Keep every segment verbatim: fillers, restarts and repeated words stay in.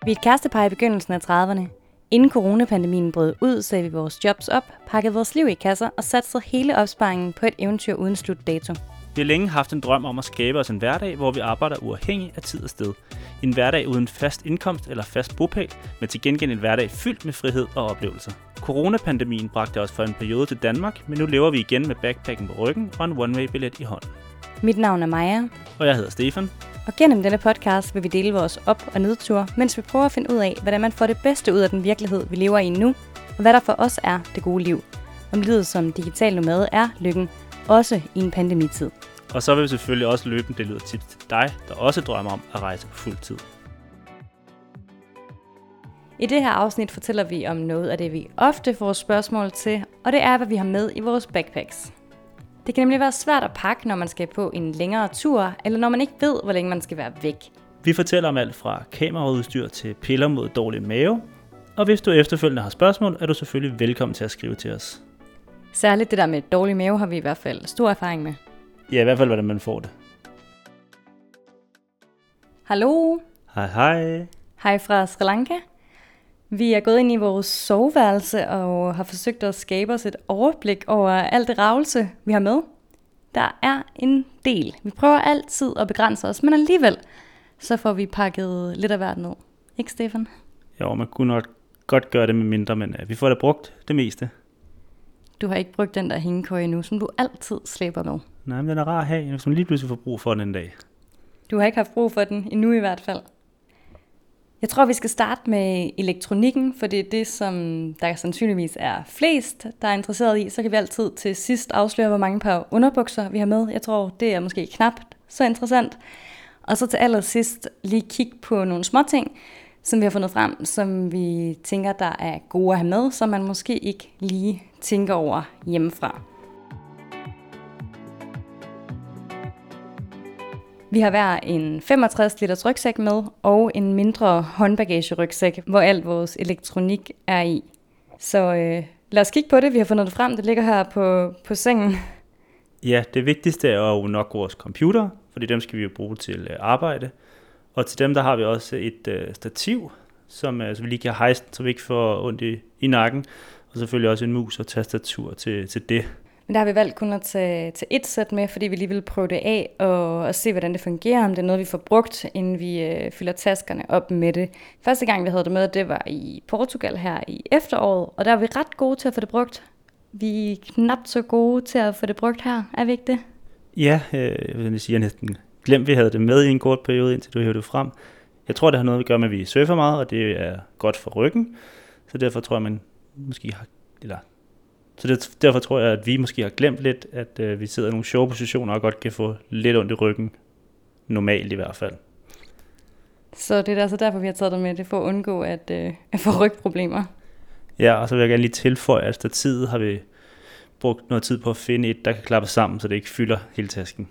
Vi er et kærestepar i begyndelsen af trediverne. Inden coronapandemien brød ud, sagde vi vores jobs op, pakkede vores liv i kasser og satsede hele opsparingen på et eventyr uden slutdato. Vi har længe haft en drøm om at skabe os en hverdag, hvor vi arbejder uafhængigt af tid og sted. En hverdag uden fast indkomst eller fast bopæl, men til gengæld en hverdag fyldt med frihed og oplevelser. Coronapandemien bragte os for en periode til Danmark, men nu lever vi igen med backpacken på ryggen og en one-way-billet i hånden. Mit navn er Maja, Og jeg hedder Stefan. og gennem denne podcast vil vi dele vores op- og nedture, mens vi prøver at finde ud af, hvordan man får det bedste ud af den virkelighed, vi lever i nu, og hvad der for os er det gode liv. Om livet som digital nomade er lykken, også i en pandemitid. Og så vil vi selvfølgelig også løbende dele ud af tips til dig, der også drømmer om at rejse på fuld tid. I det her afsnit fortæller vi om noget af det, vi ofte får spørgsmål til, og det er, hvad vi har med i vores backpacks. Det kan nemlig være svært at pakke, når man skal på en længere tur, eller når man ikke ved, hvor længe man skal være væk. Vi fortæller om alt fra kameraudstyr til piller mod dårlig mave. Og hvis du efterfølgende har spørgsmål, er du selvfølgelig velkommen til at skrive til os. Særligt det der med dårlig mave har vi i hvert fald stor erfaring med. Ja, i hvert fald, hvordan man får det. Hallo, Hej hej. hej fra Sri Lanka. Vi er gået ind i vores soveværelse og har forsøgt at skabe os et overblik over alt det ravelse, vi har med. Der er en del. Vi prøver altid at begrænse os, men alligevel så får vi pakket lidt af hvert ned. Ikke, Stefan? Jo, man kunne nok godt gøre det med mindre, men uh, vi får da brugt det meste. Du har ikke brugt den der hængekøje endnu, som du altid slæber med. Nej, men den er rar at have, hvis man lige pludselig får brug for den en dag. Du har ikke haft brug for den endnu i hvert fald. Jeg tror, vi skal starte med elektronikken, for det er det, som der sandsynligvis er flest, der er interesseret i. Så kan vi altid til sidst afsløre, hvor mange par underbukser vi har med. Jeg tror, det er måske knap så interessant. Og så til allersidst lige kigge på nogle småting, som vi har fundet frem, som vi tænker, der er gode at have med, som man måske ikke lige tænker over hjemmefra. Vi har hver en femogtres liters rygsæk med, og en mindre håndbagagerygsæk, hvor alt vores elektronik er i. Så øh, lad os kigge på det. Vi har fundet det frem. Det ligger her på, på sengen. Ja, det vigtigste er jo nok vores computer, fordi dem skal vi jo bruge til øh, arbejde. Og til dem der har vi også et øh, stativ, som øh, så vi lige kan hejse, så vi ikke får ondt i, i nakken. Og selvfølgelig også en mus og tastatur til, til det. Men der har vi valgt kun at tage, tage et sæt med, fordi vi lige vil prøve det af og, og se, hvordan det fungerer, om det er noget, vi får brugt, inden vi øh, fylder taskerne op med det. Første gang, vi havde det med, det var i Portugal her i efteråret, og der var vi ret gode til at få det brugt. Vi er knap så gode til at få det brugt her, er vi ikke det? Ja, øh, jeg vil sige, jeg næsten glemt, vi havde det med i en kort periode, indtil du hævde det frem. Jeg tror, det har noget at gøre med, at vi surfer meget, og det er godt for ryggen. Så derfor tror jeg, man måske har... Eller, så det, derfor tror jeg, at vi måske har glemt lidt, at øh, vi sidder i nogle sjove positioner og godt kan få lidt ondt i ryggen. Normalt i hvert fald. Så det er altså derfor, vi har taget det med, det for at undgå at, øh, at få rygproblemer. Ja, og så vil jeg gerne lige tilføje, at stativet har vi brugt noget tid på at finde et, der kan klappe sammen, så det ikke fylder hele tasken.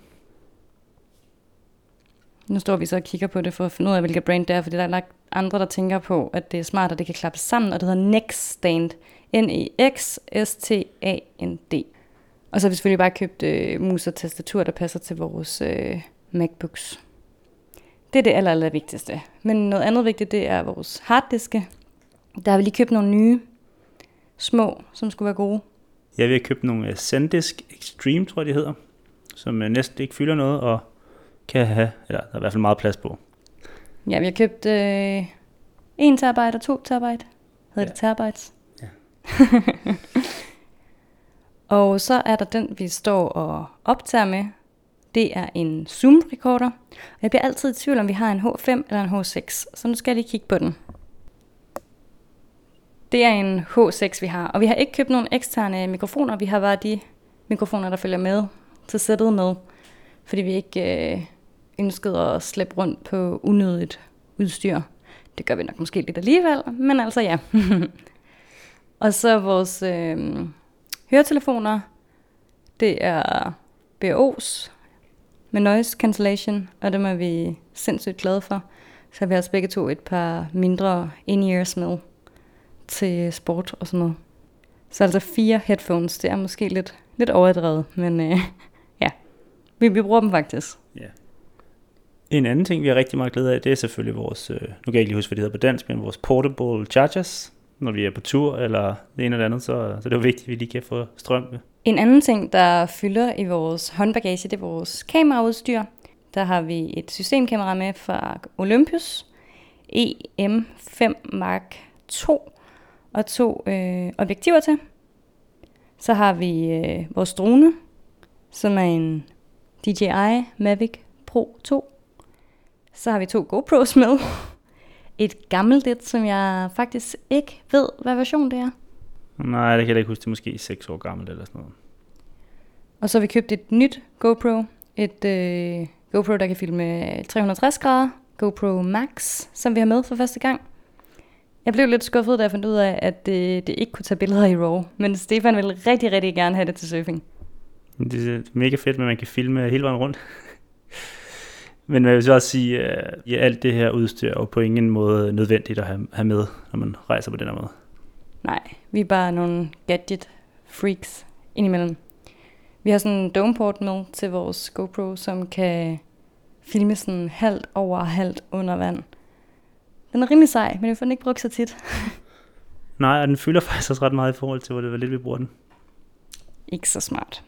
Nu står vi så og kigger på det for at finde ud af, hvilket brand det er, fordi der er lagt andre, der tænker på, at det er smart, at det kan klappe sammen, og det hedder Nextstand. N E X S T A N D. Og så har vi selvfølgelig bare købt øh, mus og tastatur, der passer til vores øh, MacBooks. Det er det aller, aller vigtigste. Men noget andet vigtigt, det er vores harddiske. Der har vi lige købt nogle nye, små, som skulle være gode. Ja, vi har købt nogle uh, SanDisk Extreme, tror jeg de hedder, som uh, næsten ikke fylder noget, og kan have, eller der er i hvert fald meget plads på. Ja, vi har købt øh, en terabyte og to terabyte. Hedder ja. det terabytes? Ja. Og så er der den, vi står og optager med. Det er en Zoom-recorder. Og jeg bliver altid i tvivl, om vi har en H fem eller en H seks. Så nu skal jeg lige kigge på den. Det er en H seks, vi har. Og vi har ikke købt nogen eksterne mikrofoner. Vi har bare de mikrofoner, der følger med til sættet med. Fordi vi ikke øh, ønskede at slæbe rundt på unødigt udstyr. Det gør vi nok måske lidt alligevel, men altså ja. Og så vores øh, høretelefoner. Det er B O's med noise cancellation, og dem er vi sindssygt glade for. Så har vi også begge to et par mindre in-ears med til sport og sådan noget. Så altså fire headphones, det er måske lidt, lidt overdrevet, men øh, ja, vi, vi bruger dem faktisk. Ja. En anden ting, vi har rigtig meget glæde af, det er selvfølgelig vores, øh, nu kan jeg ikke lige huske, hvad det hedder på dansk, men vores portable chargers, når vi er på tur eller det ene eller andet, så, så det er jo vigtigt, at vi lige kan få strøm med. En anden ting, der fylder i vores håndbagage, det er vores kameraudstyr. Der har vi et systemkamera med fra Olympus, E M fem Mark to, og to øh, objektiver til. Så har vi øh, vores drone, som er en D J I Mavic Pro to. Så har vi to GoPros med. Et gammelt et, som jeg faktisk ikke ved, hvad version det er. Nej, det kan jeg ikke huske. Det er måske seks år gammelt eller sådan noget. Og så har vi købt et nyt GoPro. Et øh, GoPro, der kan filme tre hundrede og tres grader. GoPro Max, som vi har med for første gang. Jeg blev lidt skuffet, da jeg fandt ud af, at det, det ikke kunne tage billeder i RAW. Men Stefan ville rigtig, rigtig gerne have det til surfing. Det er mega fedt, at man kan filme hele vejen rundt. Men jeg vil så også sige, at ja, alt det her udstyr er jo på ingen måde nødvendigt at have, have med, når man rejser på den her måde. Nej, vi er bare nogle gadget-freaks indimellem. Vi har sådan en domeport med til vores GoPro, som kan filme sådan halvt over og halvt under vand. Den er rimelig sej, men jeg får den ikke brugt så tit. Nej, og den fylder faktisk også ret meget i forhold til, hvor det var lidt, vi bruger den. Ikke så smart.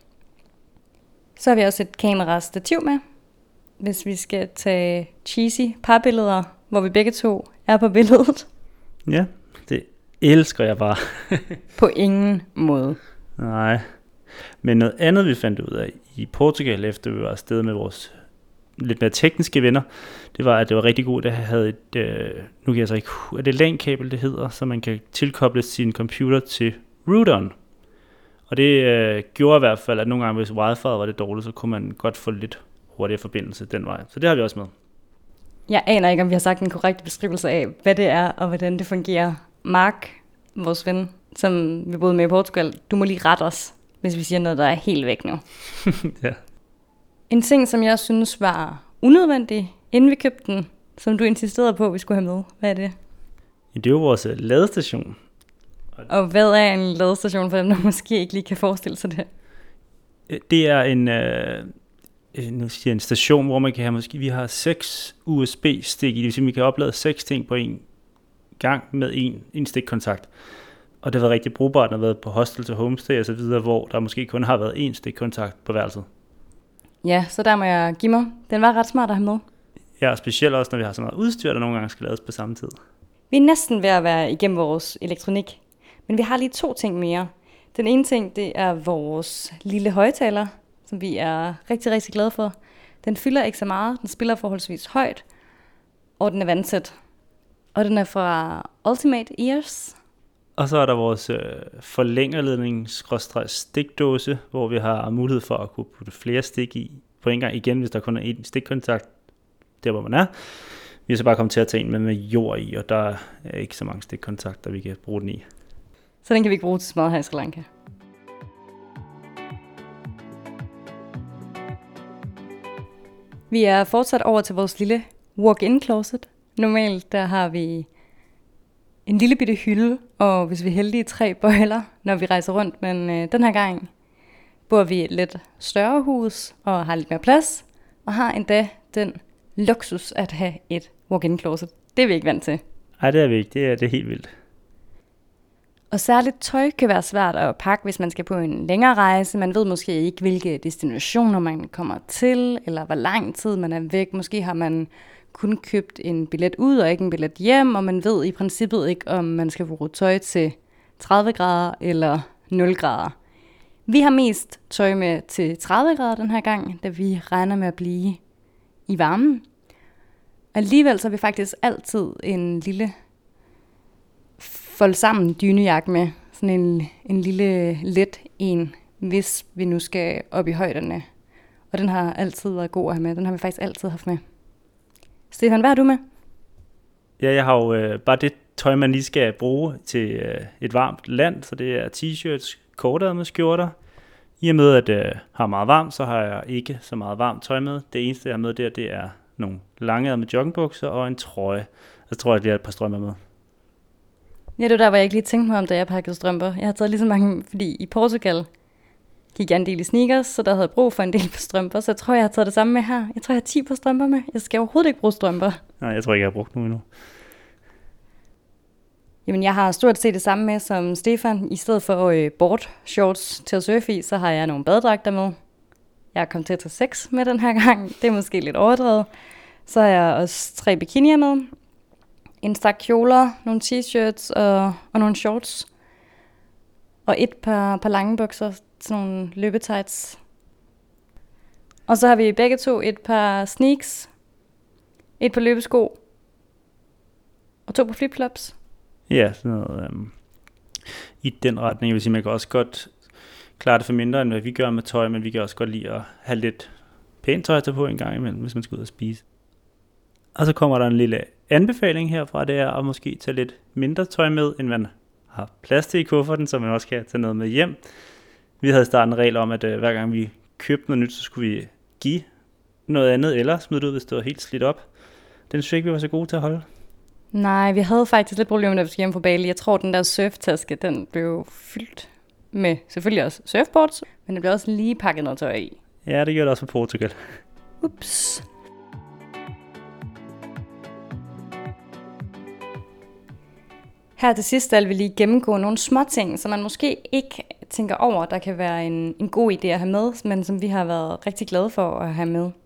Så har vi også et kamera-stativ med, hvis vi skal tage cheesy parbilleder, hvor vi begge to er på billedet. Ja, det elsker jeg bare. På ingen måde. Nej, men noget andet, vi fandt ud af i Portugal, efter vi var afsted med vores lidt mere tekniske venner, det var, at det var rigtig godt, at have havde et, øh, nu kan jeg så ikke, er det LAN-kabel, det hedder, så man kan tilkoble sin computer til routeren. Og det øh, gjorde i hvert fald, at nogle gange, hvis wifi var det dårligt, så kunne man godt få lidt hurtigere forbindelse den vej. Så det har vi også med. Jeg aner ikke, om vi har sagt en korrekt beskrivelse af, hvad det er, og hvordan det fungerer. Mark, vores ven, som vi boede med i Portugal, du må lige rette os, hvis vi siger noget, der er helt væk nu. Ja. En ting, som jeg synes var unødvendig, inden vi købte den, som du insisterede på, at vi skulle have med. Hvad er det? Det er jo vores ladestation. Og hvad er en ladestation, for dem, der måske ikke lige kan forestille sig det? Det er en, øh, nu siger jeg en station, hvor man kan have, måske, vi har seks U S B-stik i, det vil sige, at vi kan oplade seks ting på en gang med en, en stikkontakt. Og det har været rigtig brugbart, når vi har været på hostel til homestay og så videre, hvor der måske kun har været én stikkontakt på værelset. Ja, så der må jeg give mig. Den var ret smart at have med. Ja, og specielt også, når vi har så meget udstyr, der nogle gange skal lades på samme tid. Vi er næsten ved at være igennem vores elektronik, men vi har lige to ting mere. Den ene ting, det er vores lille højttaler, som vi er rigtig, rigtig glade for. Den fylder ikke så meget, den spiller forholdsvis højt, og den er vandtæt. Og den er fra Ultimate Ears. Og så er der vores øh, forlængerledning-stikdåse, hvor vi har mulighed for at kunne putte flere stik i på en gang igen, hvis der kun er en stikkontakt der, hvor man er. Vi har så bare kommet til at tage en med, med jord i, og der er ikke så mange stikkontakter, vi kan bruge den i. Så den kan vi ikke bruge til så meget her i Sri Lanka. Vi er fortsat over til vores lille walk-in closet. Normalt der har vi en lille bitte hylde, og hvis vi er heldige, tre bøjler, når vi rejser rundt. Men øh, den her gang bor vi i et lidt større hus og har lidt mere plads, og har endda den luksus at have et walk-in closet. Det er vi ikke vant til. Nej, det er vi ikke. Det er, det er helt vildt. Og særligt tøj kan være svært at pakke, hvis man skal på en længere rejse. Man ved måske ikke, hvilke destinationer man kommer til, eller hvor lang tid man er væk. Måske har man kun købt en billet ud og ikke en billet hjem, og man ved i princippet ikke, om man skal bruge tøj til tredive grader eller nul grader. Vi har mest tøj med til tredive grader den her gang, da vi regner med at blive i varmen. Alligevel så har vi faktisk altid en lille fold sammen dynejakke med. Sådan en, en lille let en, hvis vi nu skal op i højderne. Og den har altid været god at have med. Den har vi faktisk altid haft med. Stefan, hvad har du med? Ja, jeg har jo øh, bare det tøj, man lige skal bruge til øh, et varmt land. Så det er t-shirts, kortærmede skjorter. I og med, at det øh, har meget varmt, så har jeg ikke så meget varmt tøj med. Det eneste, jeg har med der, det er nogle langærmede joggingbukser og en trøje. Så tror jeg, at jeg har et par strømper med. Ja, det var der, hvor jeg ikke lige tænkte mig om, da jeg pakkede strømper. Jeg har taget lige så mange, fordi i Portugal, gik jeg en del i sneakers, så der havde jeg brug for en del på strømper, så jeg tror, jeg har taget det samme med her. Jeg tror, jeg har ti på strømper med. Jeg skal overhovedet ikke bruge strømper. Nej, jeg tror ikke, jeg har brugt nogen endnu. Jamen, jeg har stort set det samme med som Stefan. I stedet for øh, board shorts til at surfe i, så har jeg nogle badedragter med. Jeg er kommet til at tage seks med den her gang. Det er måske lidt overdrevet. Så har jeg også tre bikinier med. En stak kjoler, nogle t-shirts og, og nogle shorts. Og et par, par lange bukser, sådan nogle løbetights. Og så har vi begge to et par sneaks, et par løbesko og to par flipflops. Ja, sådan noget øhm, i den retning. Jeg vil sige, man kan også godt klare det for mindre, end hvad vi gør med tøj, men vi kan også godt lide at have lidt pænt tøj at tage på en gang imellem, hvis man skal ud og spise. Og så kommer der en lille anbefaling herfra, det er at måske tage lidt mindre tøj med, end man har plads til i kufferten, så man også kan tage noget med hjem. Vi havde startet en regel om, at øh, hver gang vi købte noget nyt, så skulle vi give noget andet, eller smide det ud, hvis det var helt slidt op. Den synes jeg ikke, vi var så gode til at holde. Nej, vi havde faktisk lidt problemer, da vi skulle hjem på Bali. Jeg tror, den der surftaske, den blev fyldt med selvfølgelig også surfboards, men den blev også lige pakket noget tøj i. Ja, det gjorde det også på Portugal. Ups. Her til sidst skal vi lige gennemgå nogle små ting, som man måske ikke tænker over, der kan være en, en god idé at have med, men som vi har været rigtig glade for at have med.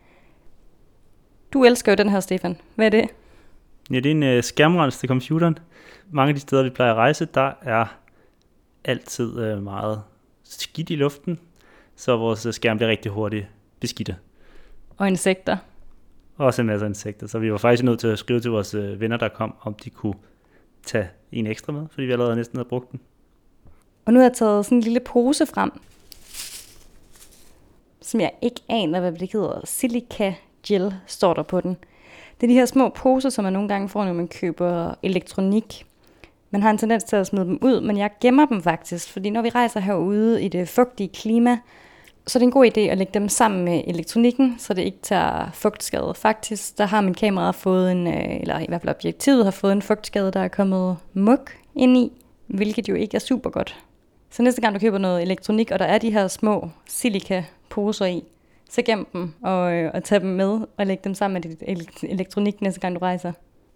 Du elsker jo den her, Stefan. Hvad er det? Ja, det er en øh, skærmrens til computeren. Mange af de steder, vi plejer at rejse, der er altid øh, meget skidt i luften, så vores skærm bliver rigtig hurtigt beskidte. Og insekter. Også en masse insekter, så vi var faktisk nødt til at skrive til vores øh, venner, der kom, om de kunne tage en ekstra med, fordi vi allerede næsten havde brugt den. Og nu har jeg taget sådan en lille pose frem, som jeg ikke aner, hvad det hedder. Silica gel står der på den. Det er de her små poser, som man nogle gange får, når man køber elektronik. Man har en tendens til at smide dem ud, men jeg gemmer dem faktisk, fordi når vi rejser herude i det fugtige klima, så er det en god idé at lægge dem sammen med elektronikken, så det ikke tager fugtskade. Faktisk, der har min kamera fået en, eller i hvert fald objektivet har fået en fugtskade, der er kommet mug ind i, hvilket jo ikke er super godt. Så næste gang du køber noget elektronik, og der er de her små silika-poser i, så gem dem og, og tag dem med og læg dem sammen med dit elektronik næste gang du rejser.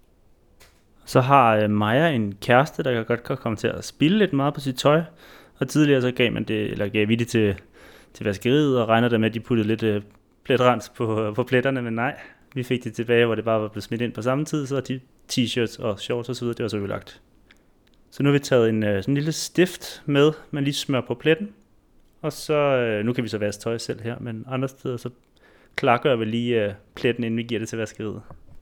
Så har øh, Maja en kæreste, der godt kan komme til at spille lidt meget på sit tøj, og tidligere så gav man det, eller gav vi det til til vaskeriet, og regner der med, at de puttede lidt øh, pletrens på, på pletterne, men nej, vi fik det tilbage, hvor det bare var blevet smidt ind på samme tid, så de t-shirts og shorts og så videre, det var så udlagt. Så nu har vi taget en øh, sådan en lille stift med, man lige smører på pletten, og så, øh, nu kan vi så vaske tøj selv her, men andre steder, så klakker vi lige øh, pletten, inden vi giver det til vaskeriet.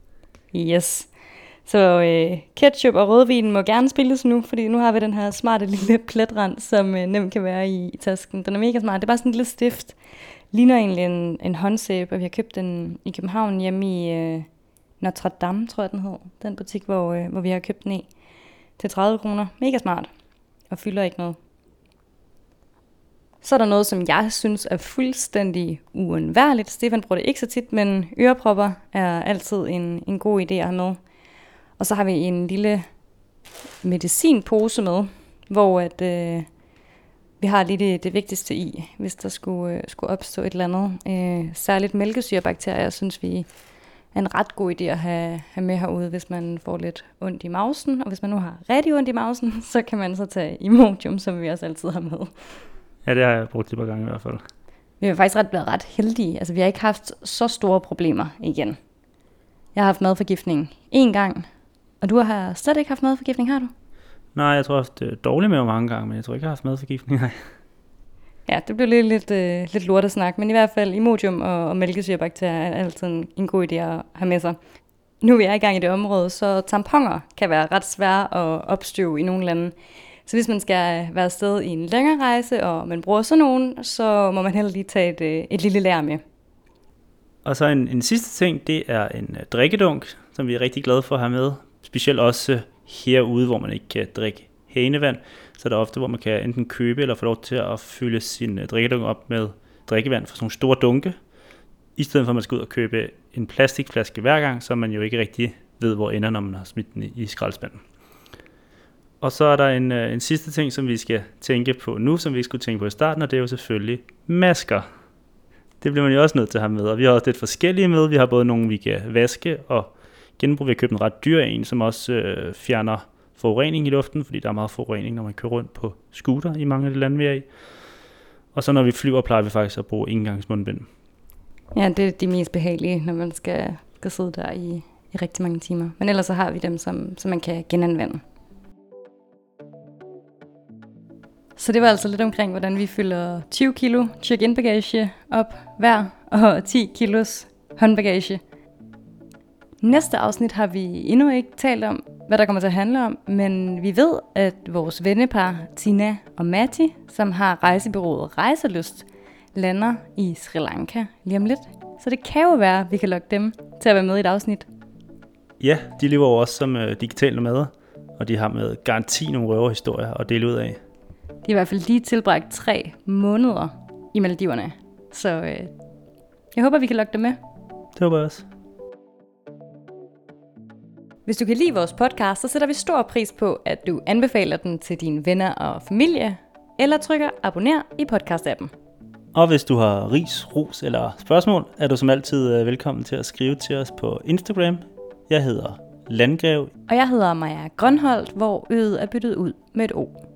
Yes. Så øh, ketchup og rødvin må gerne spilles nu, fordi nu har vi den her smarte lille pletrand, som øh, nemt kan være i, i tasken. Den er mega smart. Det er bare sådan en lille stift. Ligner egentlig en, en håndsæbe, og vi har købt den i København hjemme i øh, Notre Dame, tror jeg den hed. Den butik, hvor, øh, hvor vi har købt den i. Til tredive kroner. Mega smart. Og fylder ikke noget. Så er der noget, som jeg synes er fuldstændig uundværligt. Stefan bruger det ikke så tit, men ørepropper er altid en, en god idé at have med. Og så har vi en lille medicinpose med, hvor at, øh, vi har lige det, det vigtigste i, hvis der skulle, øh, skulle opstå et eller andet. Øh, særligt mælkesyrebakterier, synes vi er en ret god idé at have, have med herude, hvis man får lidt ondt i mausen. Og hvis man nu har rigtig ondt i mausen, så kan man så tage Imodium, som vi også altid har med. Ja, det har jeg brugt et par gange i hvert fald. Vi har faktisk ret blevet ret heldige. Altså, vi har ikke haft så store problemer igen. Jeg har haft madforgiftning én gang, og du har slet ikke haft madforgiftning, har du? Nej, jeg tror, jeg har haft øh, dårligt med mange gange, men jeg tror ikke, jeg har haft madforgiftning. Nej. Ja, det blev lidt, lidt, øh, lidt lortesnak, men i hvert fald Imodium og, og mælkesyrebakterier er altid en, en god idé at have med sig. Nu er vi i gang i det område, så tamponer kan være ret svære at opstøve i nogle lande. Så hvis man skal være afsted i en længere rejse, og man bruger sådan nogen, så må man heller lige tage et, et lille lær med. Og så en, en sidste ting, det er en uh, drikkedunk, som vi er rigtig glade for at have med. Specielt også uh, herude, hvor man ikke kan drikke hanevand. Så er der ofte, hvor man kan enten købe eller få lov til at fylde sin uh, drikkedunk op med drikkevand fra sådan nogle store dunke. I stedet for at man skal ud og købe en plastikflaske hver gang, så man jo ikke rigtig ved, hvor ender, når man har smidt den i, i skraldespanden. Og så er der en, en sidste ting, som vi skal tænke på nu, som vi ikke skulle tænke på i starten, og det er jo selvfølgelig masker. Det bliver man jo også nødt til at have med, og vi har også lidt forskellige med. Vi har både nogle, vi kan vaske og genbruge. Vi har købt en ret dyr en, som også øh, fjerner forurening i luften, fordi der er meget forurening, når man kører rundt på scooter i mange af de lande, vi er i. Og så når vi flyver, plejer vi faktisk at bruge engangsmundbind. Ja, det er de mest behagelige, når man skal, skal sidde der i, i rigtig mange timer. Men ellers så har vi dem, som, som man kan genanvende. Så det var altså lidt omkring, hvordan vi fylder tyve kilo check-in bagage op hver, og ti kilos håndbagage. Næste afsnit har vi endnu ikke talt om, hvad der kommer til at handle om, men vi ved, at vores vennepar Tina og Matti, som har rejsebureauet Rejselyst, lander i Sri Lanka lige om lidt. Så det kan jo være, at vi kan lokke dem til at være med i et afsnit. Ja, de lever jo også som øh, digitale nomader, og de har med garanti nogle røverhistorier at dele ud af. De har i hvert fald lige tilbragt tre måneder i Maldiverne, så øh, jeg håber, vi kan lokke dem med. Det håber jeg også. Hvis du kan lide vores podcast, så sætter vi stor pris på, at du anbefaler den til dine venner og familie, eller trykker abonner i podcast-appen. Og hvis du har ris, ros eller spørgsmål, er du som altid velkommen til at skrive til os på Instagram. Jeg hedder Landgreve. Og jeg hedder Maja Grønholdt, hvor øet er byttet ud med et O.